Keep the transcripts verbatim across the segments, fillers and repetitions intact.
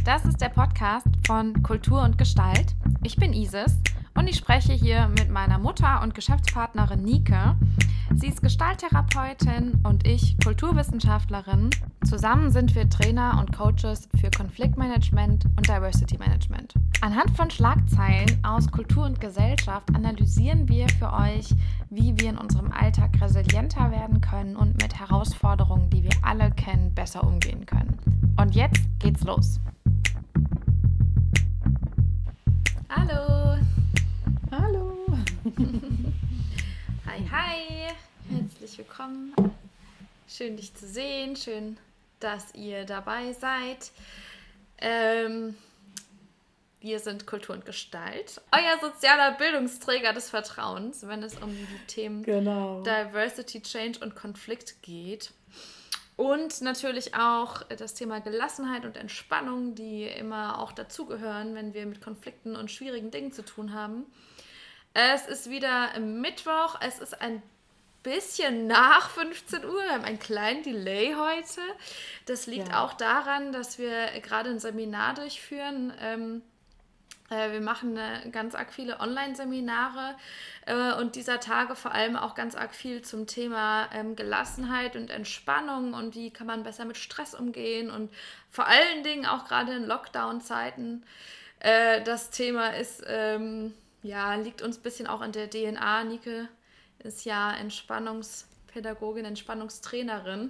Das ist der Podcast von Kultur und Gestalt. Ich bin Isis und ich spreche hier mit meiner Mutter und Geschäftspartnerin Nike. Sie ist Gestalttherapeutin und ich Kulturwissenschaftlerin. Zusammen sind wir Trainer und Coaches für Konfliktmanagement und Diversity Management. Anhand von Schlagzeilen aus Kultur und Gesellschaft analysieren wir für euch, wie wir in unserem Alltag resilienter werden können und mit Herausforderungen, die wir alle kennen, besser umgehen können. Und jetzt geht's los. Hallo. Hallo. Hi, hi. Herzlich willkommen. Schön, dich zu sehen. Schön, dass ihr dabei seid. Ähm, wir sind Kultur und Gestalt. Euer sozialer Bildungsträger des Vertrauens, wenn es um die Themen genau. Diversity, Change und Konflikt geht. Und natürlich auch das Thema Gelassenheit und Entspannung, die immer auch dazugehören, wenn wir mit Konflikten und schwierigen Dingen zu tun haben. Es ist wieder Mittwoch, es ist ein bisschen nach fünfzehn Uhr, wir haben einen kleinen Delay heute. Das liegt ja. auch daran, dass wir gerade ein Seminar durchführen. Ähm, äh, wir machen äh, ganz arg viele Online-Seminare äh, und dieser Tage vor allem auch ganz arg viel zum Thema ähm, Gelassenheit und Entspannung und wie kann man besser mit Stress umgehen und vor allen Dingen auch gerade in Lockdown-Zeiten. Äh, das Thema ist, ähm, ja, liegt uns ein bisschen auch in der D N A. Nike ist ja Entspannungspädagogin, Entspannungstrainerin.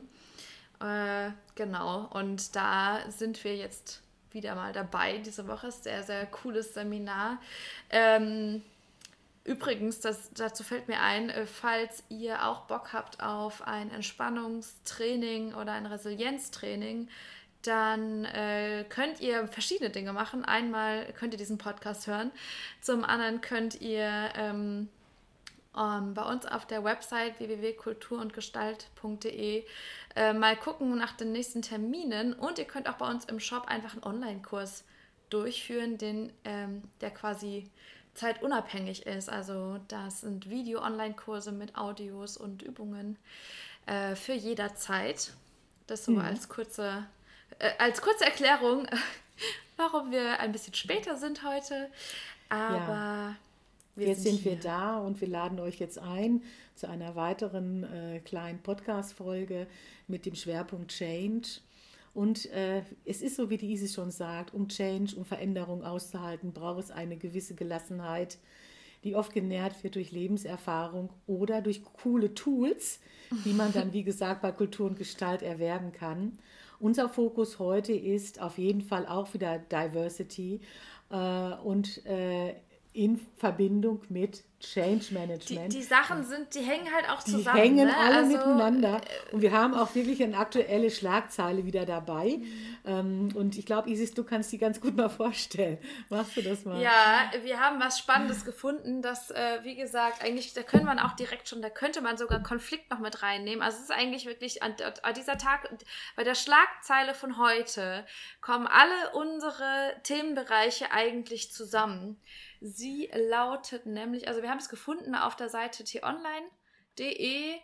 Äh, genau, und da sind wir jetzt wieder mal dabei. Diese Woche ist sehr, sehr cooles Seminar. Ähm, übrigens, das, dazu fällt mir ein, äh, falls ihr auch Bock habt auf ein Entspannungstraining oder ein Resilienztraining, dann äh, könnt ihr verschiedene Dinge machen. Einmal könnt ihr diesen Podcast hören, zum anderen könnt ihr ähm, Um, bei uns auf der Website w w w punkt kultur und gestalt punkt d e äh, mal gucken nach den nächsten Terminen und ihr könnt auch bei uns im Shop einfach einen Online-Kurs durchführen, den, ähm, der quasi zeitunabhängig ist. Also das sind Video-Online-Kurse mit Audios und Übungen äh, für jederzeit. Das so mhm. als kurze, äh, als kurze Erklärung, warum wir ein bisschen später sind heute. Aber ja. Wir jetzt sind, sind wir da und wir laden euch jetzt ein zu einer weiteren äh, kleinen Podcast-Folge mit dem Schwerpunkt Change. Und äh, es ist so, wie die Isis schon sagt, um Change, um Veränderung auszuhalten, braucht es eine gewisse Gelassenheit, die oft genährt wird durch Lebenserfahrung oder durch coole Tools, die man dann, wie gesagt, bei Kultur und Gestalt erwerben kann. Unser Fokus heute ist auf jeden Fall auch wieder Diversity äh, und äh, in Verbindung mit Change Management. Die, die Sachen sind, die hängen halt auch die zusammen. Die hängen ne? alle also, miteinander. Und wir haben auch wirklich eine aktuelle Schlagzeile wieder dabei. Mhm. Und ich glaube, Isis, du kannst die ganz gut mal vorstellen. Machst du das mal? Ja, wir haben was Spannendes gefunden, das, äh, wie gesagt, eigentlich, da könnte man auch direkt schon, da könnte man sogar Konflikt noch mit reinnehmen. Also es ist eigentlich wirklich, an, an dieser Tag, bei der Schlagzeile von heute kommen alle unsere Themenbereiche eigentlich zusammen. Sie lautet nämlich, also wir haben es gefunden auf der Seite t online punkt d e.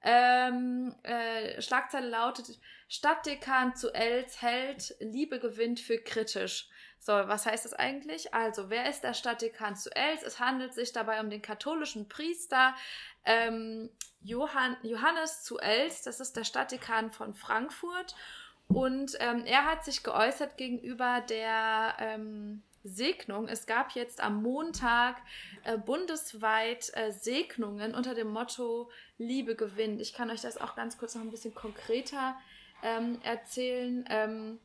Ähm, äh, Schlagzeile lautet: Stadtdekan zu Els hält, Liebe gewinnt für kritisch. So, was heißt das eigentlich? Also, wer ist der Stadtdekan zu Els? Es handelt sich dabei um den katholischen Priester ähm, Johann, Johannes zu Els. Das ist der Stadtdekan von Frankfurt. Und ähm, er hat sich geäußert gegenüber der ähm, Segnung. Es gab jetzt am Montag äh, bundesweit äh, Segnungen unter dem Motto Liebe gewinnt. Ich kann euch das auch ganz kurz noch ein bisschen konkreter ähm, erzählen. Ähm,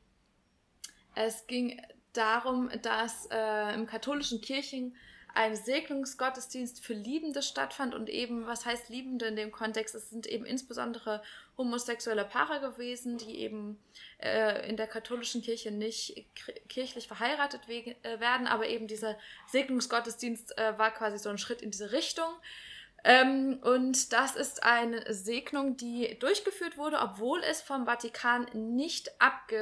es ging darum, dass äh, im katholischen Kirchen ein Segnungsgottesdienst für Liebende stattfand und eben, was heißt Liebende in dem Kontext? Es sind eben insbesondere homosexuelle Paare gewesen, die eben äh, in der katholischen Kirche nicht kirchlich verheiratet we- äh, werden, aber eben dieser Segnungsgottesdienst äh, war quasi so ein Schritt in diese Richtung. Ähm, und das ist eine Segnung, die durchgeführt wurde, obwohl es vom Vatikan nicht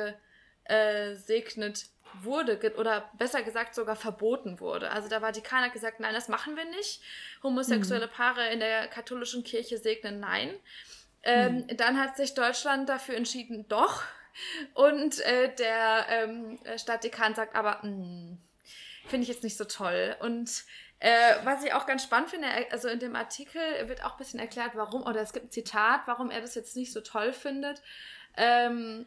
abgesegnet wurde oder besser gesagt sogar verboten wurde. Also der Vatikan hat gesagt, nein, das machen wir nicht. Homosexuelle Paare in der katholischen Kirche segnen, nein. Ähm, hm. Dann hat sich Deutschland dafür entschieden, doch. Und äh, der ähm, Stadtdekan sagt aber, finde ich jetzt nicht so toll. Und äh, was ich auch ganz spannend finde, also in dem Artikel wird auch ein bisschen erklärt, warum, oder es gibt ein Zitat, warum er das jetzt nicht so toll findet. Ähm,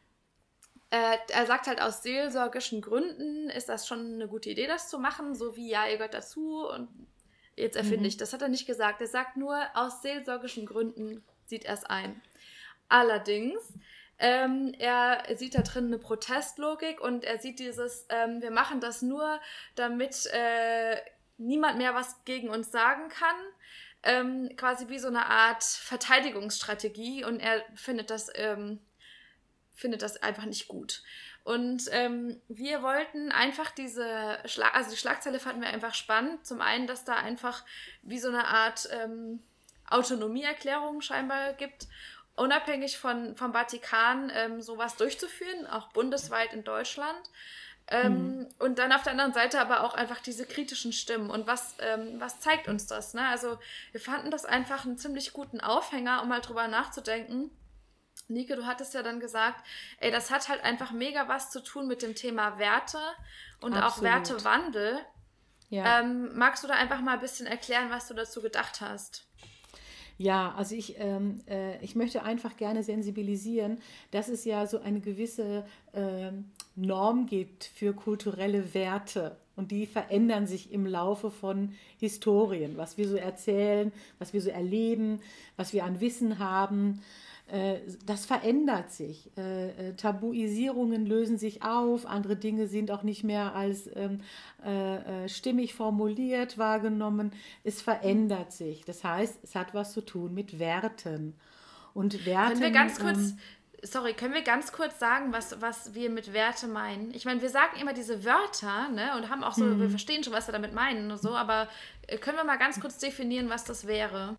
äh, er sagt halt, aus seelsorgischen Gründen ist das schon eine gute Idee, das zu machen, so wie, ja, ihr gehört dazu und jetzt erfinde mhm. ich. Das hat er nicht gesagt. Er sagt nur, aus seelsorgischen Gründen sieht er es ein. Allerdings, ähm, er sieht da drin eine Protestlogik und er sieht dieses, ähm, wir machen das nur, damit äh, niemand mehr was gegen uns sagen kann, ähm, quasi wie so eine Art Verteidigungsstrategie, und er findet das, ähm, findet das einfach nicht gut. Und ähm, wir wollten einfach diese, Schlag- also die Schlagzeile fanden wir einfach spannend. Zum einen, dass da einfach wie so eine Art ähm, Autonomieerklärung scheinbar gibt, unabhängig von, vom Vatikan ähm, sowas durchzuführen, auch bundesweit in Deutschland. Ähm, mhm. Und dann auf der anderen Seite aber auch einfach diese kritischen Stimmen. Und was, ähm, was zeigt uns das? Ne? Also wir fanden das einfach einen ziemlich guten Aufhänger, um mal drüber nachzudenken. Nike, du hattest ja dann gesagt, ey, das hat halt einfach mega was zu tun mit dem Thema Werte und Absolut. Auch Wertewandel. Ja. Ähm, magst du da einfach mal ein bisschen erklären, was du dazu gedacht hast? Ja, also ich, ähm, äh, ich möchte einfach gerne sensibilisieren, dass es ja so eine gewisse ähm, Norm gibt für kulturelle Werte. Und die verändern sich im Laufe von Historien, was wir so erzählen, was wir so erleben, was wir an Wissen haben. Das verändert sich. Tabuisierungen lösen sich auf, andere Dinge sind auch nicht mehr als ähm, äh, stimmig formuliert wahrgenommen. Es verändert sich. Das heißt, es hat was zu tun mit Werten. Und Werten, können wir ganz kurz, ähm, sorry, können wir ganz kurz sagen, was, was wir mit Werte meinen? Ich meine, wir sagen immer diese Wörter, ne, und haben auch so, hm. wir verstehen schon, was wir damit meinen und so, aber können wir mal ganz kurz definieren, was das wäre?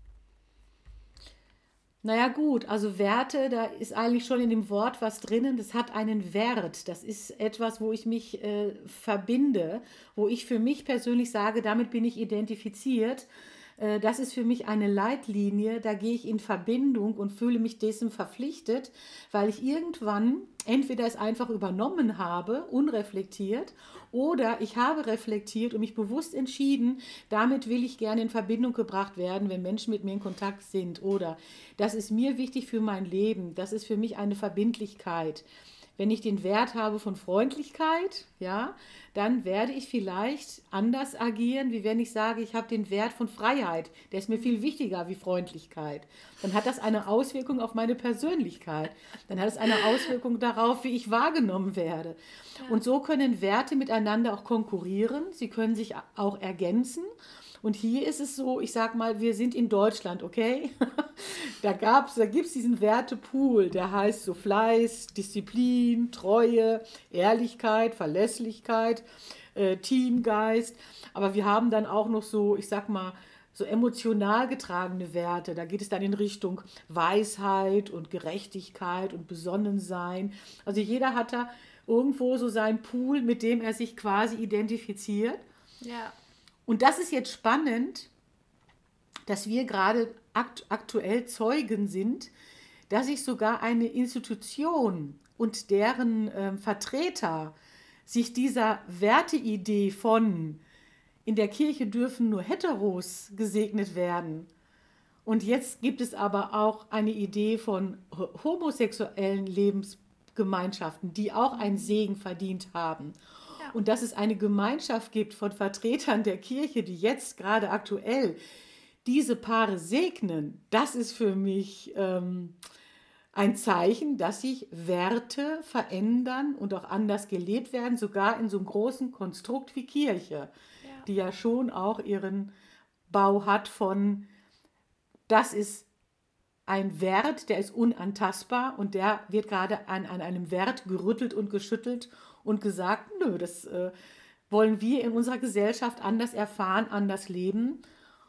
Naja gut, also Werte, da ist eigentlich schon in dem Wort was drinnen, das hat einen Wert, das ist etwas, wo ich mich äh, verbinde, wo ich für mich persönlich sage, damit bin ich identifiziert, äh, das ist für mich eine Leitlinie, da gehe ich in Verbindung und fühle mich dessen verpflichtet, weil ich irgendwann entweder es einfach übernommen habe, unreflektiert, oder ich habe reflektiert und mich bewusst entschieden, damit will ich gerne in Verbindung gebracht werden, wenn Menschen mit mir in Kontakt sind. Oder das ist mir wichtig für mein Leben, das ist für mich eine Verbindlichkeit. Wenn ich den Wert habe von Freundlichkeit, ja, dann werde ich vielleicht anders agieren, wie wenn ich sage, ich habe den Wert von Freiheit. Der ist mir viel wichtiger wie Freundlichkeit. Dann hat das eine Auswirkung auf meine Persönlichkeit. Dann hat es eine Auswirkung darauf, wie ich wahrgenommen werde. Ja. Und so können Werte miteinander auch konkurrieren. Sie können sich auch ergänzen. Und hier ist es so, ich sag mal, wir sind in Deutschland, okay? Da gab's, da gibt es diesen Wertepool, der heißt so Fleiß, Disziplin, Treue, Ehrlichkeit, Verlässlichkeit, äh, Teamgeist. Aber wir haben dann auch noch so, ich sag mal, so emotional getragene Werte. Da geht es dann in Richtung Weisheit und Gerechtigkeit und Besonnensein. Also jeder hat da irgendwo so seinen Pool, mit dem er sich quasi identifiziert. Ja. Und das ist jetzt spannend, dass wir gerade akt- aktuell Zeugen sind, dass sich sogar eine Institution und deren äh, Vertreter sich dieser Werteidee von in der Kirche dürfen nur Heteros gesegnet werden. Und jetzt gibt es aber auch eine Idee von homosexuellen Lebensgemeinschaften, die auch einen Segen verdient haben. Und dass es eine Gemeinschaft gibt von Vertretern der Kirche, die jetzt gerade aktuell diese Paare segnen, das ist für mich ähm, ein Zeichen, dass sich Werte verändern und auch anders gelebt werden, sogar in so einem großen Konstrukt wie Kirche, ja. Die ja schon auch ihren Bau hat von, das ist ein Wert, der ist unantastbar und der wird gerade an, an einem Wert gerüttelt und geschüttelt und gesagt, nö, das äh, wollen wir in unserer Gesellschaft anders erfahren, anders leben.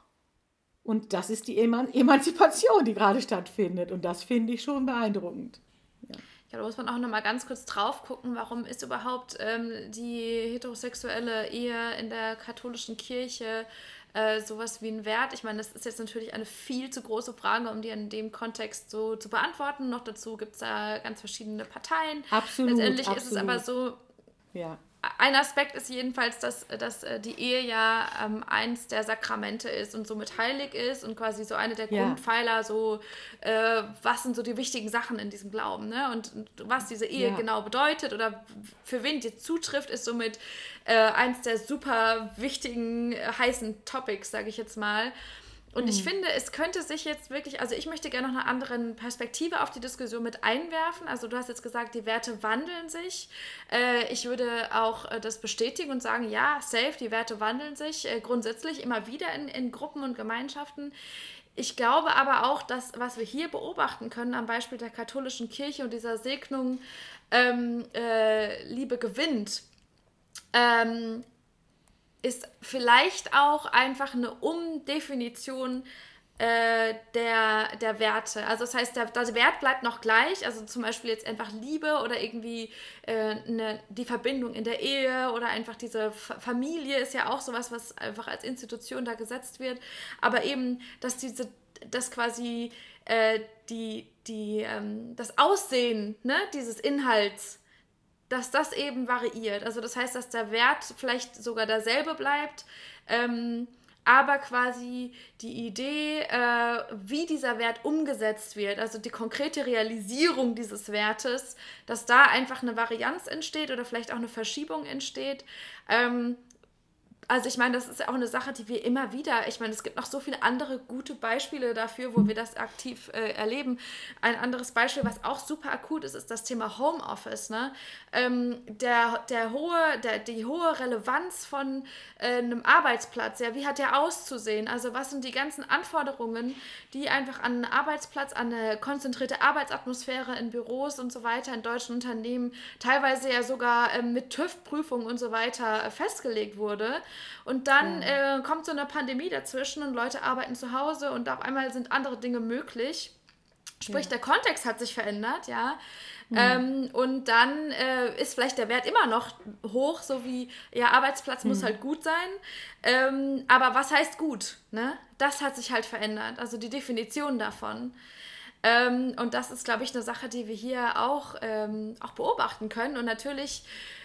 Und das ist die Eman- Emanzipation, die gerade stattfindet. Und das finde ich schon beeindruckend. Ja. Ja, da muss man auch noch mal ganz kurz drauf gucken, warum ist überhaupt ähm, die heterosexuelle Ehe in der katholischen Kirche äh, sowas wie ein Wert? Ich meine, das ist jetzt natürlich eine viel zu große Frage, um die in dem Kontext so zu beantworten. Noch dazu gibt es da ganz verschiedene Parteien. Absolut, Letztendlich absolut. ist es aber so, ja. Ein Aspekt ist jedenfalls, dass, dass die Ehe ja ähm, eins der Sakramente ist und somit heilig ist und quasi so eine der ja. Grundpfeiler, so äh, was sind so die wichtigen Sachen in diesem Glauben, ne? Und, und was diese Ehe ja. genau bedeutet oder für wen die zutrifft, ist somit äh, eins der super wichtigen, heißen Topics, sage ich jetzt mal. Und mhm. ich finde, es könnte sich jetzt wirklich, also ich möchte gerne noch eine andere Perspektive auf die Diskussion mit einwerfen. Also du hast jetzt gesagt, die Werte wandeln sich. Äh, ich würde auch äh, das bestätigen und sagen, ja, safe, die Werte wandeln sich äh, grundsätzlich immer wieder in, in Gruppen und Gemeinschaften. Ich glaube aber auch, dass, was wir hier beobachten können, am Beispiel der katholischen Kirche und dieser Segnung, ähm, äh, Liebe gewinnt, ähm, ist vielleicht auch einfach eine Umdefinition äh, der, der Werte. Also das heißt, der, der Wert bleibt noch gleich, also zum Beispiel jetzt einfach Liebe oder irgendwie äh, eine, die Verbindung in der Ehe oder einfach diese F- Familie ist ja auch sowas, was einfach als Institution da gesetzt wird, aber eben, dass diese, dass quasi äh, die, die, ähm, das Aussehen, ne, dieses Inhalts, dass das eben variiert. Also das heißt, dass der Wert vielleicht sogar derselbe bleibt, ähm, aber quasi die Idee, äh, wie dieser Wert umgesetzt wird, also die konkrete Realisierung dieses Wertes, dass da einfach eine Varianz entsteht oder vielleicht auch eine Verschiebung entsteht. Ähm, Also ich meine, das ist ja auch eine Sache, die wir immer wieder, ich meine, es gibt noch so viele andere gute Beispiele dafür, wo wir das aktiv äh, erleben. Ein anderes Beispiel, was auch super akut ist, ist das Thema Homeoffice. Ne? Ähm, der, der hohe, der, die hohe Relevanz von äh, einem Arbeitsplatz, ja, wie hat der auszusehen? Also was sind die ganzen Anforderungen, die einfach an einen Arbeitsplatz, an eine konzentrierte Arbeitsatmosphäre in Büros und so weiter, in deutschen Unternehmen, teilweise ja sogar ähm, mit TÜV-Prüfungen und so weiter äh, festgelegt wurde. Und dann ja. äh, kommt so eine Pandemie dazwischen und Leute arbeiten zu Hause und auf einmal sind andere Dinge möglich. Sprich, ja. der Kontext hat sich verändert, ja. Mhm. Ähm, und dann äh, ist vielleicht der Wert immer noch hoch, so wie, ja, Arbeitsplatz mhm. muss halt gut sein. Ähm, aber was heißt gut? Ne? Das hat sich halt verändert, also die Definition davon. Ähm, und das ist, glaube ich, eine Sache, die wir hier auch, ähm, auch beobachten können. Und natürlich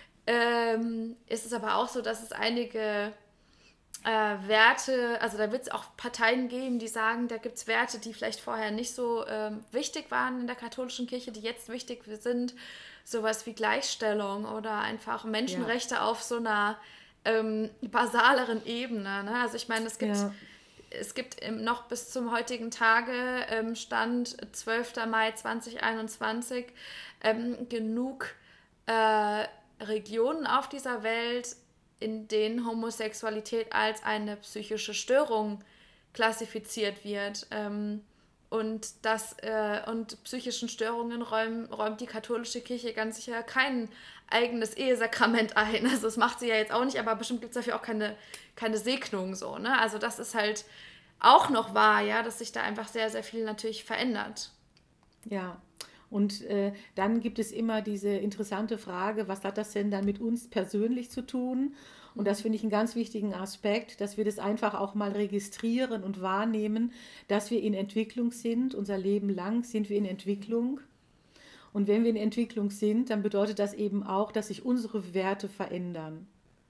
Ähm, ist es aber auch so, dass es einige äh, Werte, also da wird es auch Parteien geben, die sagen, da gibt es Werte, die vielleicht vorher nicht so ähm, wichtig waren in der katholischen Kirche, die jetzt wichtig sind, sowas wie Gleichstellung oder einfach Menschenrechte ja. auf so einer ähm, basaleren Ebene. Ne? Also ich meine, es gibt, ja. es gibt noch bis zum heutigen Tage, ähm, Stand zwölfter Mai zweitausendeinundzwanzig, ähm, genug äh, Regionen auf dieser Welt, in denen Homosexualität als eine psychische Störung klassifiziert wird. Ähm, und, das, äh, und psychischen Störungen räum, räumt die katholische Kirche ganz sicher kein eigenes Ehesakrament ein. Also das macht sie ja jetzt auch nicht, aber bestimmt gibt es dafür auch keine, keine Segnung. So, ne? Also das ist halt auch noch wahr, ja, dass sich da einfach sehr, sehr viel natürlich verändert. Ja. Und äh, dann gibt es immer diese interessante Frage, was hat das denn dann mit uns persönlich zu tun? Und das finde ich einen ganz wichtigen Aspekt, dass wir das einfach auch mal registrieren und wahrnehmen, dass wir in Entwicklung sind. Unser Leben lang sind wir in Entwicklung. Und wenn wir in Entwicklung sind, dann bedeutet das eben auch, dass sich unsere Werte verändern.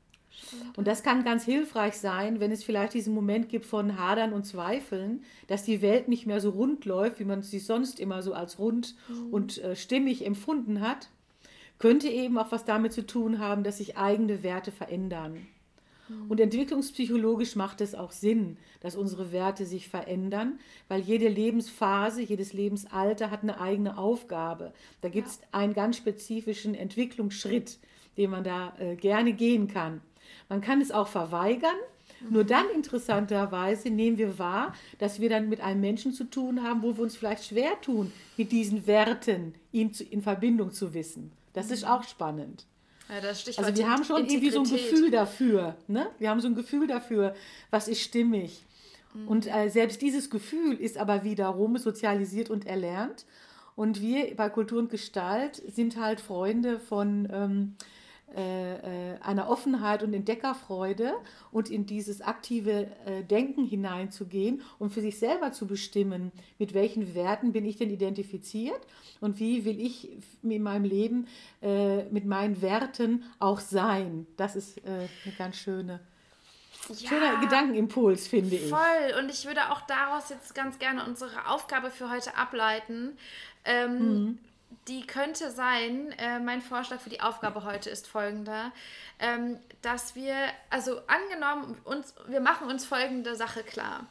Und das kann ganz hilfreich sein, wenn es vielleicht diesen Moment gibt von Hadern und Zweifeln, dass die Welt nicht mehr so rund läuft, wie man sie sonst immer so als rund mhm. und äh, stimmig empfunden hat, könnte eben auch was damit zu tun haben, dass sich eigene Werte verändern. Mhm. Und entwicklungspsychologisch macht es auch Sinn, dass unsere Werte sich verändern, weil jede Lebensphase, jedes Lebensalter hat eine eigene Aufgabe. Da gibt es ja. einen ganz spezifischen Entwicklungsschritt, den man da äh, gerne gehen kann. Man kann es auch verweigern, mhm. nur dann interessanterweise nehmen wir wahr, dass wir dann mit einem Menschen zu tun haben, wo wir uns vielleicht schwer tun, mit diesen Werten ihn zu, in Verbindung zu wissen. Das mhm. ist auch spannend. Ja, das Stichwort also wir haben schon irgendwie so ein Gefühl dafür. Ne? Wir haben so ein Gefühl dafür, was ist stimmig. Mhm. Und äh, selbst dieses Gefühl ist aber wiederum sozialisiert und erlernt. Und wir bei Kultur und Gestalt sind halt Freunde von... Ähm, äh, einer Offenheit und Entdeckerfreude und in dieses aktive äh, Denken hineinzugehen, um für sich selber zu bestimmen, mit welchen Werten bin ich denn identifiziert und wie will ich in meinem Leben äh, mit meinen Werten auch sein. Das ist äh, eine ganz schöne Ja, schöner Gedankenimpuls, finde ich. voll. Und ich würde auch daraus jetzt ganz gerne unsere Aufgabe für heute ableiten. Ähm, Mhm. Die könnte sein, äh, mein Vorschlag für die Aufgabe heute ist folgender, ähm, dass wir, also angenommen, uns, wir machen uns folgende Sache klar.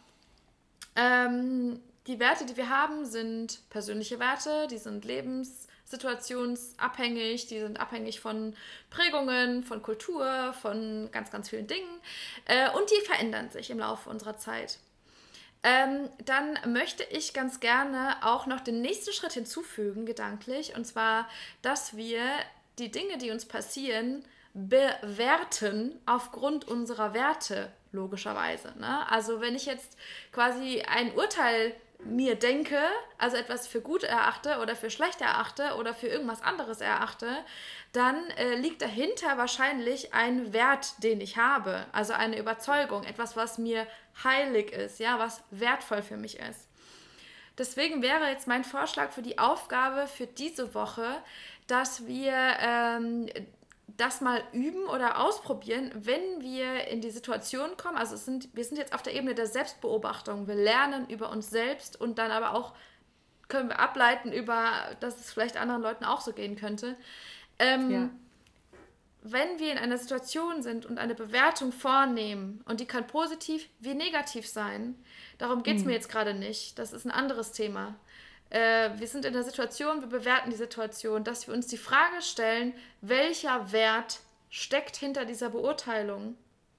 Ähm, die Werte, die wir haben, sind persönliche Werte, die sind lebenssituationsabhängig, die sind abhängig von Prägungen, von Kultur, von ganz, ganz vielen Dingen äh, und die verändern sich im Laufe unserer Zeit. Ähm, dann möchte ich ganz gerne auch noch den nächsten Schritt hinzufügen, gedanklich, und zwar, dass wir die Dinge, die uns passieren, bewerten aufgrund unserer Werte, logischerweise. Ne? Also wenn ich jetzt quasi ein Urteil mir denke, also etwas für gut erachte oder für schlecht erachte oder für irgendwas anderes erachte, dann äh, liegt dahinter wahrscheinlich ein Wert, den ich habe, also eine Überzeugung, etwas, was mir heilig ist, ja, was wertvoll für mich ist. Deswegen wäre jetzt mein Vorschlag für die Aufgabe für diese Woche, dass wir ähm, das mal üben oder ausprobieren, wenn wir in die Situation kommen, also es sind, wir sind jetzt auf der Ebene der Selbstbeobachtung, wir lernen über uns selbst und dann aber auch können wir ableiten über, dass es vielleicht anderen Leuten auch so gehen könnte. Ähm, Ja. Wenn wir in einer Situation sind und eine Bewertung vornehmen, und die kann positiv wie negativ sein, darum geht es Mhm. mir jetzt gerade nicht, das ist ein anderes Thema. Äh, wir sind in der Situation, wir bewerten die Situation, dass wir uns die Frage stellen, welcher Wert steckt hinter dieser Beurteilung.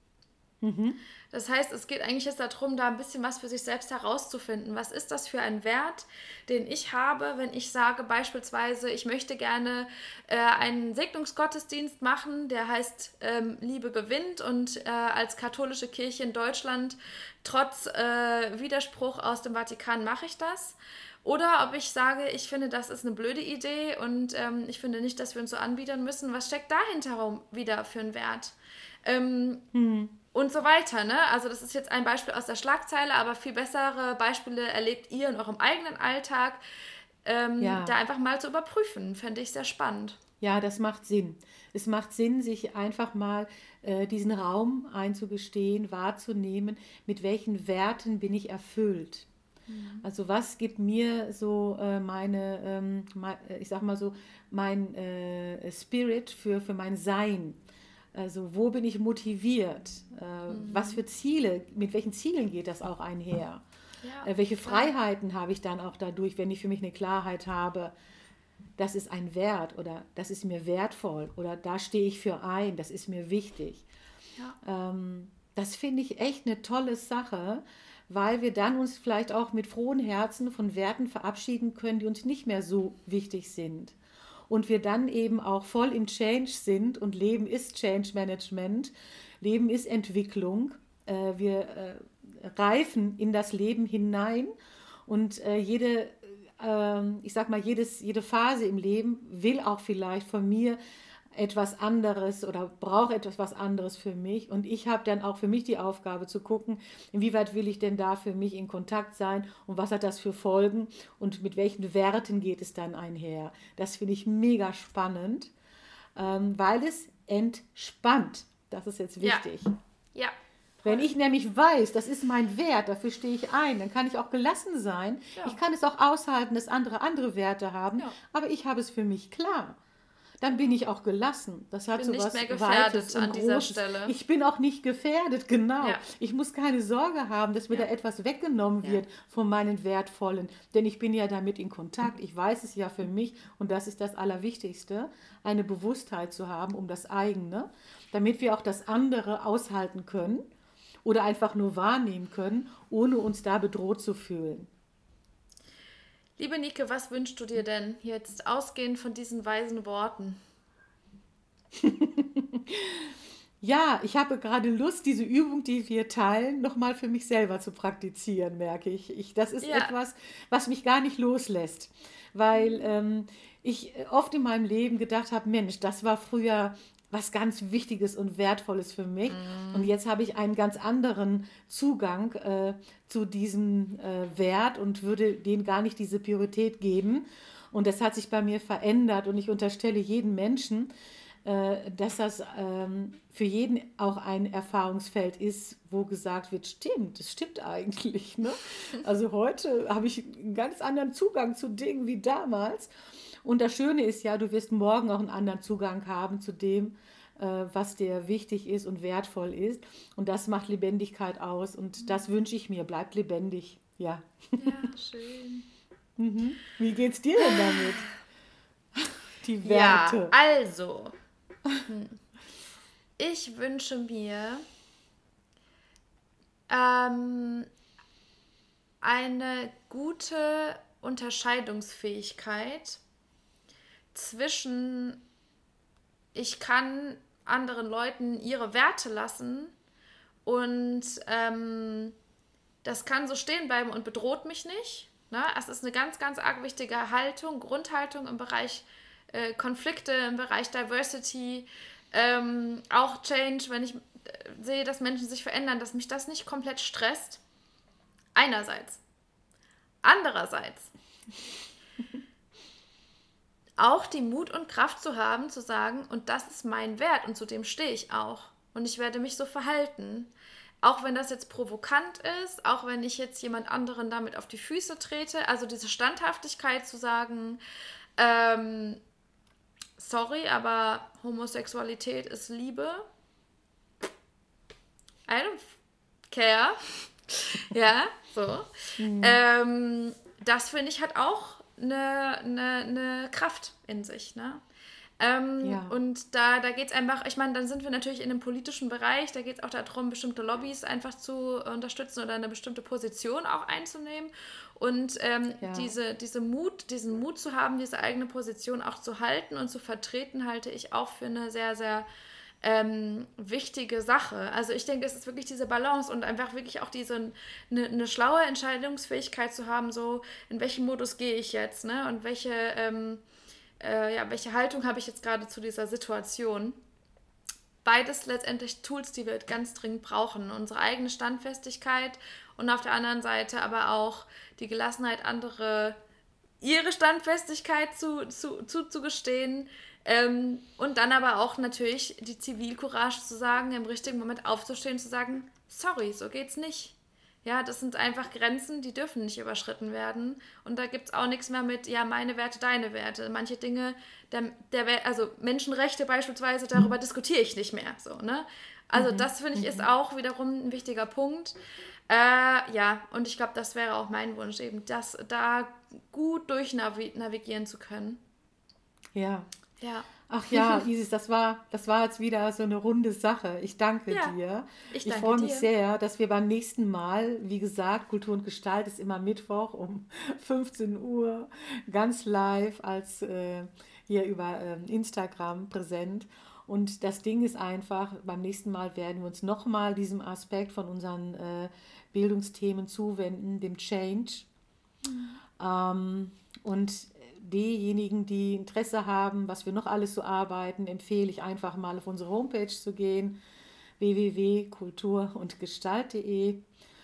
Mhm. Das heißt, es geht eigentlich jetzt darum, da ein bisschen was für sich selbst herauszufinden. Was ist das für ein Wert, den ich habe, wenn ich sage beispielsweise, ich möchte gerne äh, einen Segnungsgottesdienst machen, der heißt ähm, Liebe gewinnt, und äh, als katholische Kirche in Deutschland trotz äh, Widerspruch aus dem Vatikan mache ich das. Oder ob ich sage, ich finde, das ist eine blöde Idee und ähm, ich finde nicht, dass wir uns so anbiedern müssen. Was steckt dahinter wieder für einen Wert? Ähm, Mhm. Und so weiter, ne? Also das ist jetzt ein Beispiel aus der Schlagzeile, aber viel bessere Beispiele erlebt ihr in eurem eigenen Alltag. Ähm, Ja. Da einfach mal zu überprüfen, fände ich sehr spannend. Ja, das macht Sinn. Es macht Sinn, sich einfach mal äh, diesen Raum einzugestehen, wahrzunehmen, mit welchen Werten bin ich erfüllt. Mhm. Also was gibt mir so äh, meine, ähm, mein, ich sag mal so, mein äh, Spirit für, für mein Sein. Also wo bin ich motiviert? Äh, mhm. Was für Ziele, mit welchen Zielen geht das auch einher? Ja, äh, welche Freiheiten ja. habe ich dann auch dadurch, wenn ich für mich eine Klarheit habe? Das ist ein Wert oder das ist mir wertvoll oder da stehe ich für ein, das ist mir wichtig. Ja. Ähm, das finde ich echt eine tolle Sache, weil wir dann uns vielleicht auch mit frohen Herzen von Werten verabschieden können, die uns nicht mehr so wichtig sind. Und wir dann eben auch voll in Change sind und Leben ist Change Management, Leben ist Entwicklung. Äh, wir äh, reifen in das Leben hinein und äh, jede, äh, ich sag mal, jedes, jede Phase im Leben will auch vielleicht von mir etwas anderes oder braucht etwas was anderes für mich. Und ich habe dann auch für mich die Aufgabe zu gucken, inwieweit will ich denn da für mich in Kontakt sein und was hat das für Folgen und mit welchen Werten geht es dann einher. Das finde ich mega spannend, ähm, weil es entspannt. Das ist jetzt wichtig. Ja. Ja. Wenn ich nämlich weiß, das ist mein Wert, dafür stehe ich ein, dann kann ich auch gelassen sein. Ja. Ich kann es auch aushalten, dass andere andere Werte haben, ja. aber ich habe es für mich klar. Dann bin ich auch gelassen. Das hat bin so nicht was mehr gefährdet an Großes. dieser Stelle. Ich bin auch nicht gefährdet, genau. Ja. Ich muss keine Sorge haben, dass mir ja. da etwas weggenommen wird ja. von meinen Wertvollen. Denn ich bin ja damit in Kontakt. Ich weiß es ja für mich und das ist das Allerwichtigste, eine Bewusstheit zu haben um das eigene, damit wir auch das andere aushalten können oder einfach nur wahrnehmen können, ohne uns da bedroht zu fühlen. Liebe Nike, was wünschst du dir denn jetzt ausgehend von diesen weisen Worten? Ja, ich habe gerade Lust, diese Übung, die wir teilen, nochmal für mich selber zu praktizieren, merke ich. ich das ist ja. etwas, was mich gar nicht loslässt, weil ähm, ich oft in meinem Leben gedacht habe, Mensch, das war früher was ganz Wichtiges und Wertvolles für mich. Mm. Und jetzt habe ich einen ganz anderen Zugang äh, zu diesem äh, Wert und würde denen gar nicht diese Priorität geben. Und das hat sich bei mir verändert. Und ich unterstelle jedem Menschen, äh, dass das ähm, für jeden auch ein Erfahrungsfeld ist, wo gesagt wird, stimmt, das stimmt eigentlich. Ne? Also heute habe ich einen ganz anderen Zugang zu Dingen wie damals. Und das Schöne ist ja, du wirst morgen auch einen anderen Zugang haben zu dem, äh, was dir wichtig ist und wertvoll ist. Und das macht Lebendigkeit aus. Und das wünsche ich mir. Bleibt lebendig. Ja. Ja, schön. Mhm. Wie geht's dir denn damit? Die Werte. Ja, also. Ich wünsche mir ähm, eine gute Unterscheidungsfähigkeit zwischen, ich kann anderen Leuten ihre Werte lassen und ähm, das kann so stehen bleiben und bedroht mich nicht. Ne? Es ist eine ganz, ganz arg wichtige Haltung, Grundhaltung im Bereich äh, Konflikte, im Bereich Diversity, ähm, auch Change, wenn ich äh, sehe, dass Menschen sich verändern, dass mich das nicht komplett stresst. Einerseits. Andererseits auch die Mut und Kraft zu haben, zu sagen, und das ist mein Wert und zu dem stehe ich auch. Und ich werde mich so verhalten. Auch wenn das jetzt provokant ist, auch wenn ich jetzt jemand anderen damit auf die Füße trete. Also diese Standhaftigkeit zu sagen, ähm, sorry, aber Homosexualität ist Liebe. I don't care. Ja, so. Mhm. Ähm, das finde ich hat auch eine, eine, eine Kraft in sich, ne? Ähm, ja. Und da, da geht es einfach, ich meine, dann sind wir natürlich in einem politischen Bereich, da geht es auch darum, bestimmte Lobbys einfach zu unterstützen oder eine bestimmte Position auch einzunehmen. Und ähm, ja. diese, diese Mut, diesen Mut zu haben, diese eigene Position auch zu halten und zu vertreten, halte ich auch für eine sehr, sehr ähm, wichtige Sache. Also ich denke, es ist wirklich diese Balance und einfach wirklich auch diese eine, eine schlaue Entscheidungsfähigkeit zu haben, so in welchen Modus gehe ich jetzt, ne? Und welche ähm, Äh, ja, welche Haltung habe ich jetzt gerade zu dieser Situation? Beides letztendlich Tools, die wir ganz dringend brauchen. Unsere eigene Standfestigkeit und auf der anderen Seite aber auch die Gelassenheit, andere ihre Standfestigkeit zu, zu, zuzugestehen. Ähm, und dann aber auch natürlich die Zivilcourage zu sagen, im richtigen Moment aufzustehen, zu sagen, sorry, so geht's nicht. Ja, das sind einfach Grenzen, die dürfen nicht überschritten werden. Und da gibt es auch nichts mehr mit, ja, meine Werte, deine Werte. Manche Dinge, der, der, also Menschenrechte beispielsweise, darüber diskutiere ich nicht mehr. So, ne? Also mhm. das, finde ich, ist auch wiederum ein wichtiger Punkt. Äh, ja, und ich glaube, das wäre auch mein Wunsch, eben das da gut durchnavigieren zu können. Ja. Ja. Ach ja, Isis, das war, das war jetzt wieder so eine runde Sache. Ich danke ja, dir. Ich, ich freue mich dir. sehr, dass wir beim nächsten Mal, wie gesagt, Kultur und Gestalt ist immer Mittwoch um fünfzehn Uhr, ganz live als äh, hier über äh, Instagram präsent. Und das Ding ist einfach, beim nächsten Mal werden wir uns nochmal diesem Aspekt von unseren äh, Bildungsthemen zuwenden, dem Change. Mhm. Ähm, und diejenigen, die Interesse haben, was wir noch alles so arbeiten, empfehle ich einfach mal auf unsere Homepage zu gehen, w w w punkt kultur und gestalt punkt de.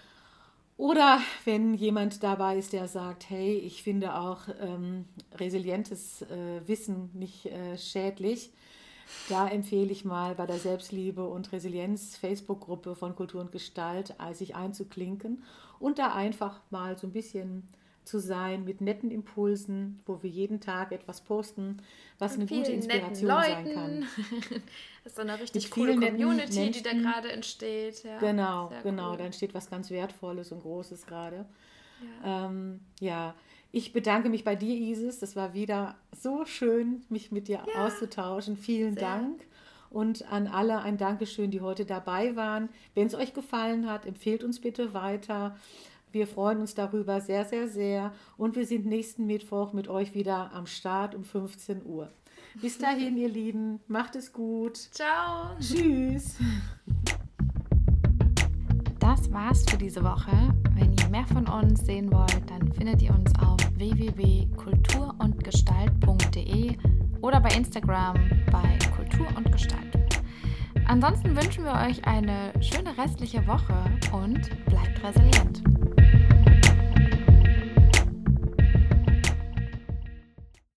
Oder wenn jemand dabei ist, der sagt, hey, ich finde auch ähm, resilientes äh, Wissen nicht äh, schädlich, da empfehle ich mal bei der Selbstliebe und Resilienz Facebook-Gruppe von Kultur und Gestalt sich einzuklinken und da einfach mal so ein bisschen zu sein mit netten Impulsen, wo wir jeden Tag etwas posten, was eine gute Inspiration sein kann. Das ist so eine richtig coole Community, Menschen, die da gerade entsteht. Ja, genau, genau, cool. Da entsteht was ganz Wertvolles und Großes gerade. Ja. Ähm, ja, ich bedanke mich bei dir, Isis. Das war wieder so schön, mich mit dir ja. auszutauschen. Vielen Sehr. Dank. Und an alle ein Dankeschön, die heute dabei waren. Wenn es euch gefallen hat, empfehlt uns bitte weiter. Wir freuen uns darüber sehr, sehr, sehr. Und wir sind nächsten Mittwoch mit euch wieder am Start um fünfzehn Uhr. Bis dahin, ihr Lieben. Macht es gut. Ciao. Tschüss. Das war's für diese Woche. Wenn ihr mehr von uns sehen wollt, dann findet ihr uns auf w w w punkt kultur und gestalt punkt de oder bei Instagram bei Kultur und Gestalt. Ansonsten wünschen wir euch eine schöne restliche Woche und bleibt resilient.